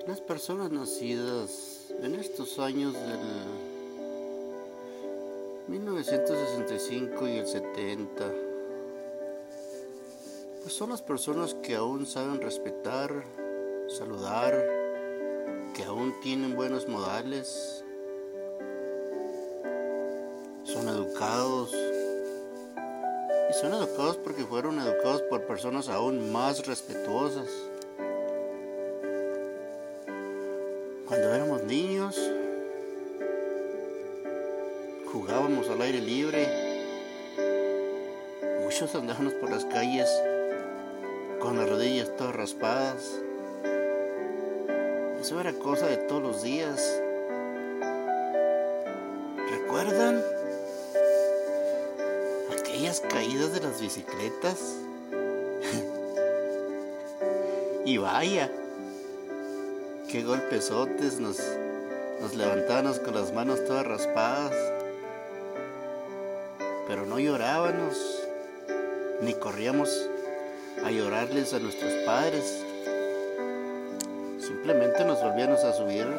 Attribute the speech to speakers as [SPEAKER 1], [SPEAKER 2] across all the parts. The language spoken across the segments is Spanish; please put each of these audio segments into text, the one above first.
[SPEAKER 1] Las personas nacidas en estos años del 1965 y el 70, pues son las personas que aún saben respetar, saludar, que aún tienen buenos modales, son educados, y son educados porque fueron educados por personas aún más respetuosas. Cuando éramos niños, jugábamos al aire libre. Muchos andábamos por las calles con las rodillas todas raspadas. Eso era cosa de todos los días. ¿Recuerdan aquellas caídas de las bicicletas? Y vaya, qué golpezotes nos levantábamos con las manos todas raspadas. Pero no llorábamos, ni corríamos a llorarles a nuestros padres. Simplemente nos volvíamos a subir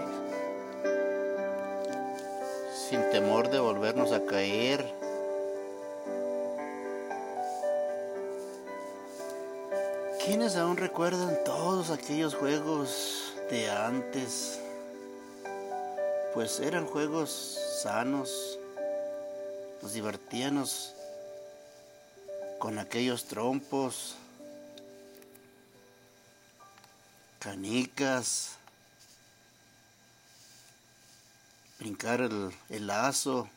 [SPEAKER 1] sin temor de volvernos a caer. ¿Quiénes aún recuerdan todos aquellos juegos de antes? Pues eran juegos sanos. Nos divertíamos con aquellos trompos, canicas, brincar el lazo.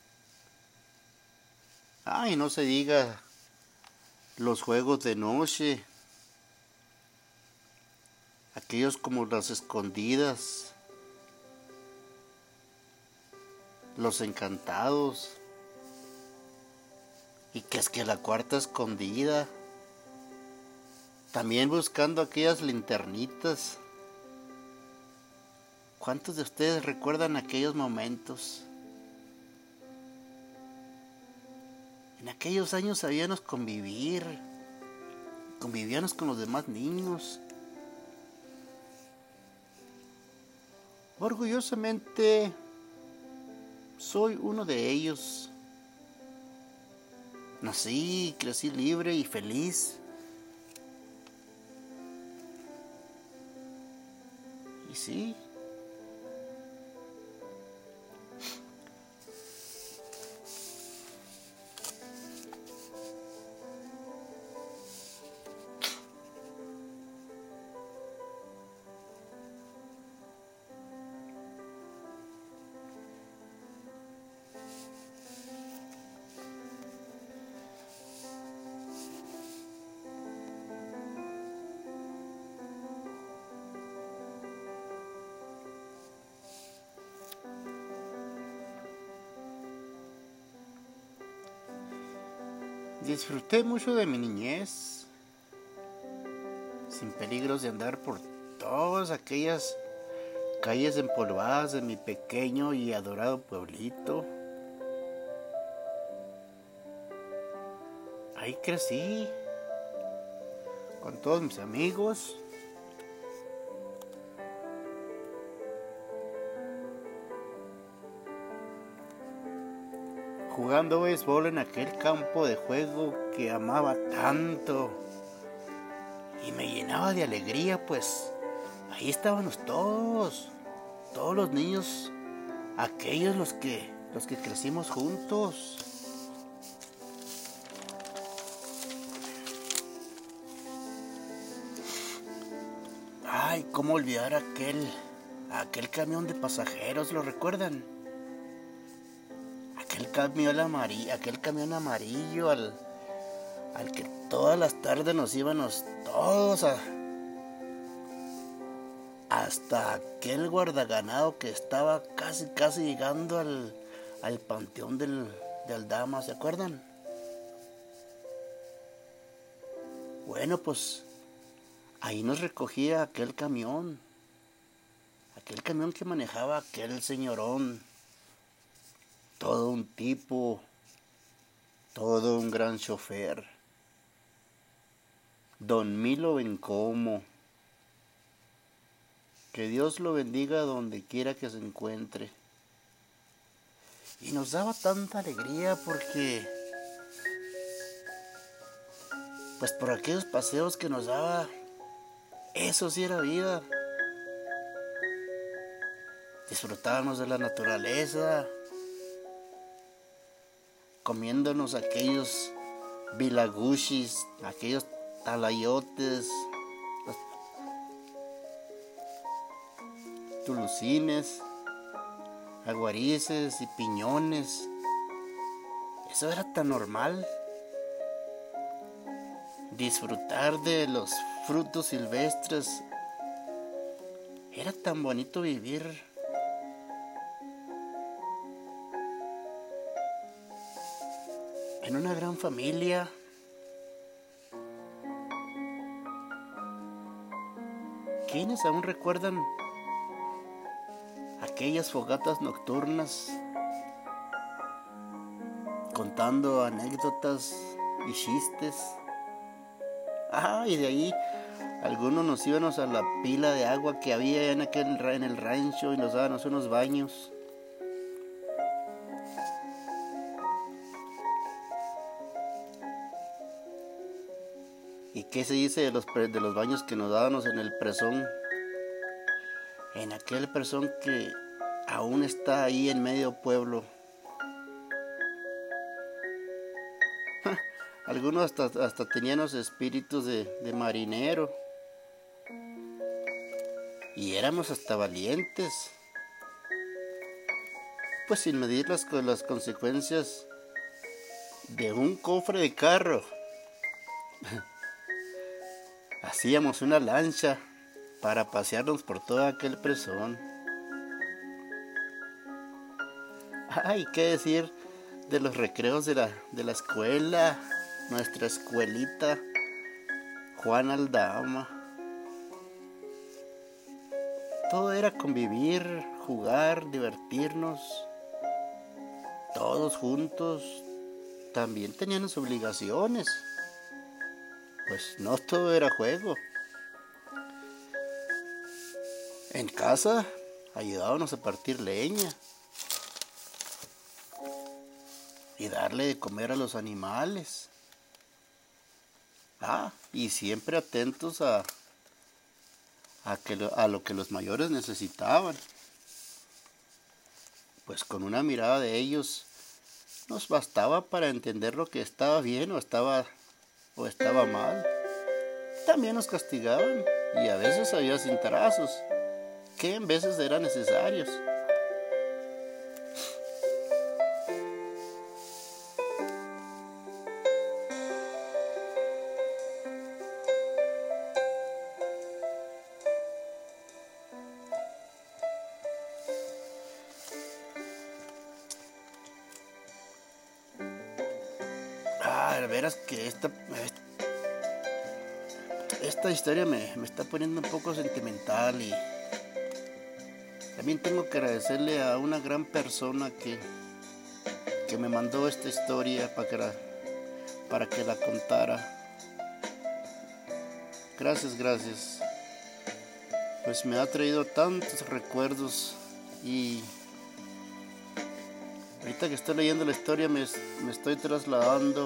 [SPEAKER 1] Ay, no se diga los juegos de noche, aquellos como las escondidas, los encantados. Y que es que la cuarta escondida. También buscando aquellas linternitas. ¿Cuántos de ustedes recuerdan aquellos momentos? En aquellos años sabíamos convivir. Convivíamos con los demás niños. Orgullosamente soy uno de ellos. Nací, crecí libre y feliz. Y sí. Disfruté mucho de mi niñez, sin peligros de andar por todas aquellas calles empolvadas de mi pequeño y adorado pueblito. Ahí crecí, con todos mis amigos. Jugando béisbol en aquel campo de juego que amaba tanto y me llenaba de alegría, pues ahí estábamos todos los niños, aquellos los que crecimos juntos. Ay, cómo olvidar aquel camión de pasajeros, ¿lo recuerdan? Aquel camión amarillo al que todas las tardes nos íbamos todos hasta aquel guardaganado que estaba casi llegando al panteón de Aldama, ¿se acuerdan? Bueno, pues ahí nos recogía aquel camión que manejaba aquel señorón. Todo un tipo, todo un gran chofer. Don Milo Bencomo. Que Dios lo bendiga donde quiera que se encuentre. Y nos daba tanta alegría porque, pues por aquellos paseos que nos daba, eso sí era vida. Disfrutábamos de la naturaleza, comiéndonos aquellos bilagushis, aquellos talayotes, los tulusines, aguarices y piñones. Eso era tan normal. Disfrutar de los frutos silvestres. Era tan bonito vivir. En una gran familia. ¿Quiénes aún recuerdan aquellas fogatas nocturnas, contando anécdotas y chistes? Y de ahí algunos nos íbamos a la pila de agua que había en el rancho y nos dábamos unos baños. ¿Y qué se dice de los baños que nos dábamos en el presón? En aquel presón que aún está ahí en medio pueblo. Algunos hasta tenían los espíritus de marinero. Y éramos hasta valientes. Pues sin medir las consecuencias de un cofre de carro. Hacíamos una lancha para pasearnos por todo aquel presón. ¿Qué decir de los recreos de la escuela? Nuestra escuelita Juan Aldama. Todo era convivir, jugar, divertirnos. Todos juntos. También teníamos obligaciones. Pues no todo era juego. En casa ayudábamos a partir leña y darle de comer a los animales. Y siempre atentos a lo que los mayores necesitaban. Pues con una mirada de ellos nos bastaba para entender lo que estaba bien o estaba mal. También nos castigaban y a veces había cintarazos, que en veces eran necesarios. De veras que esta historia me está poniendo un poco sentimental y también tengo que agradecerle a una gran persona que me mandó esta historia para que la contara. Gracias. Pues me ha traído tantos recuerdos y ahorita que estoy leyendo la historia me estoy trasladando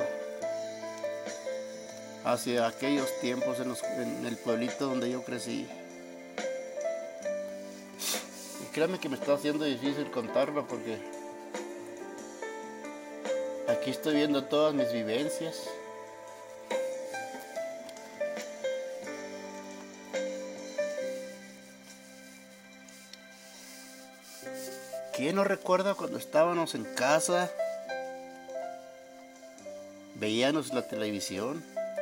[SPEAKER 1] hacia aquellos tiempos en el pueblito donde yo crecí. Y créanme que me está haciendo difícil contarlo porque aquí estoy viendo todas mis vivencias. ¿Quién no recuerda cuando estábamos en casa? Veíamos la televisión.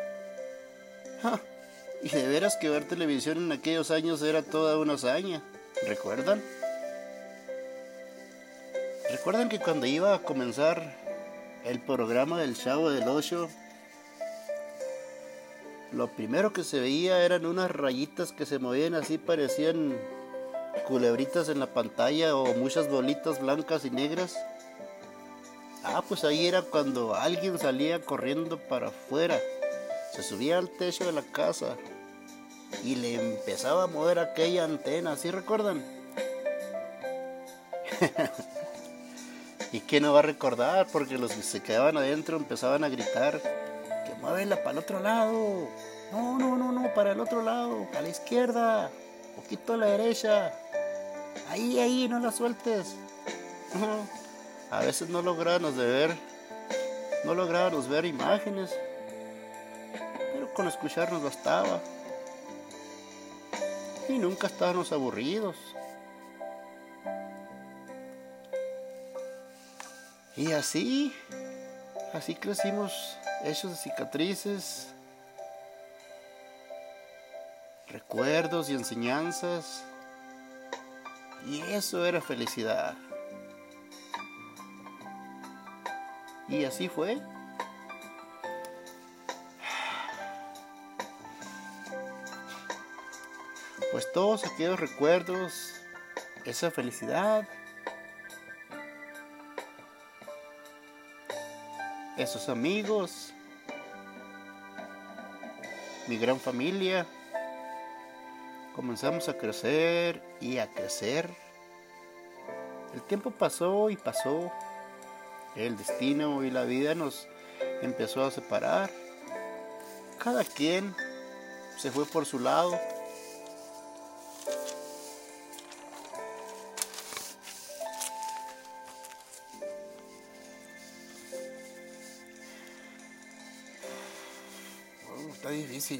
[SPEAKER 1] Y de veras que ver televisión en aquellos años era toda una hazaña. ¿Recuerdan? ¿Recuerdan que cuando iba a comenzar el programa del Chavo del Ocho, lo primero que se veía eran unas rayitas que se movían así, parecían culebritas en la pantalla o muchas bolitas blancas y negras? Pues ahí era cuando alguien salía corriendo para afuera. Se subía al techo de la casa y le empezaba a mover aquella antena, ¿sí recuerdan? ¿Y quién no va a recordar? Porque los que se quedaban adentro empezaban a gritar que muévela para el otro lado. No, no, no, no, para el otro lado, a la izquierda, poquito a la derecha. Ahí, no la sueltes. A veces no lográbamos ver imágenes, pero con escucharnos bastaba. Y nunca estábamos aburridos. Y así crecimos, hechos de cicatrices, recuerdos y enseñanzas. Y eso era felicidad. Y así fue. Pues todos aquellos recuerdos, esa felicidad, esos amigos, mi gran familia, comenzamos a crecer y a crecer. El tiempo pasó y pasó. El destino y la vida nos empezó a separar. Cada quien se fue por su lado. Está difícil.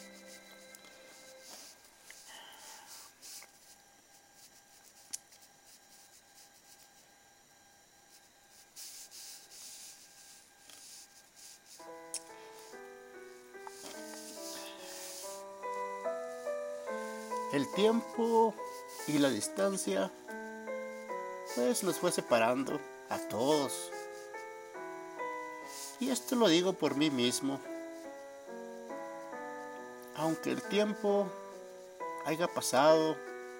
[SPEAKER 1] El tiempo y la distancia pues nos fue separando a todos. Y esto lo digo por mí mismo. Aunque el tiempo haya pasado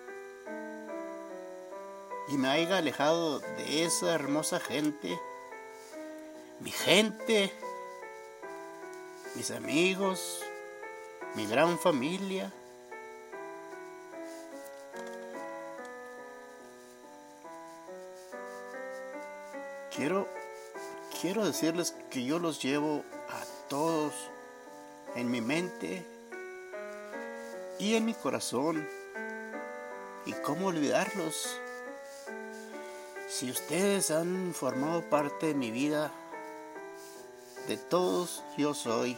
[SPEAKER 1] y me haya alejado de esa hermosa gente, mis amigos, mi gran familia, quiero decirles que yo los llevo a todos en mi mente y en mi corazón. ¿Y cómo olvidarlos? Si ustedes han formado parte de mi vida, de todos yo soy.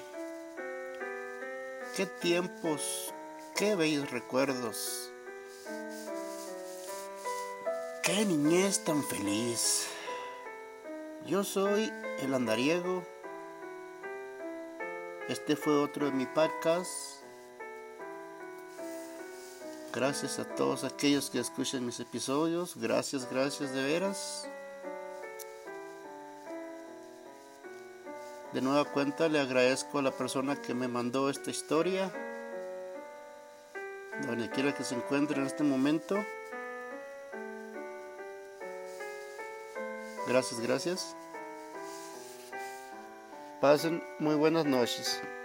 [SPEAKER 1] Qué tiempos, qué bellos recuerdos. Qué niñez tan feliz. Yo soy el Andariego. Este fue otro de mis podcasts. Gracias a todos aquellos que escuchan mis episodios. Gracias de veras. De nueva cuenta le agradezco a la persona que me mandó esta historia, donde quiera que se encuentre en este momento. Gracias. Pasen muy buenas noches.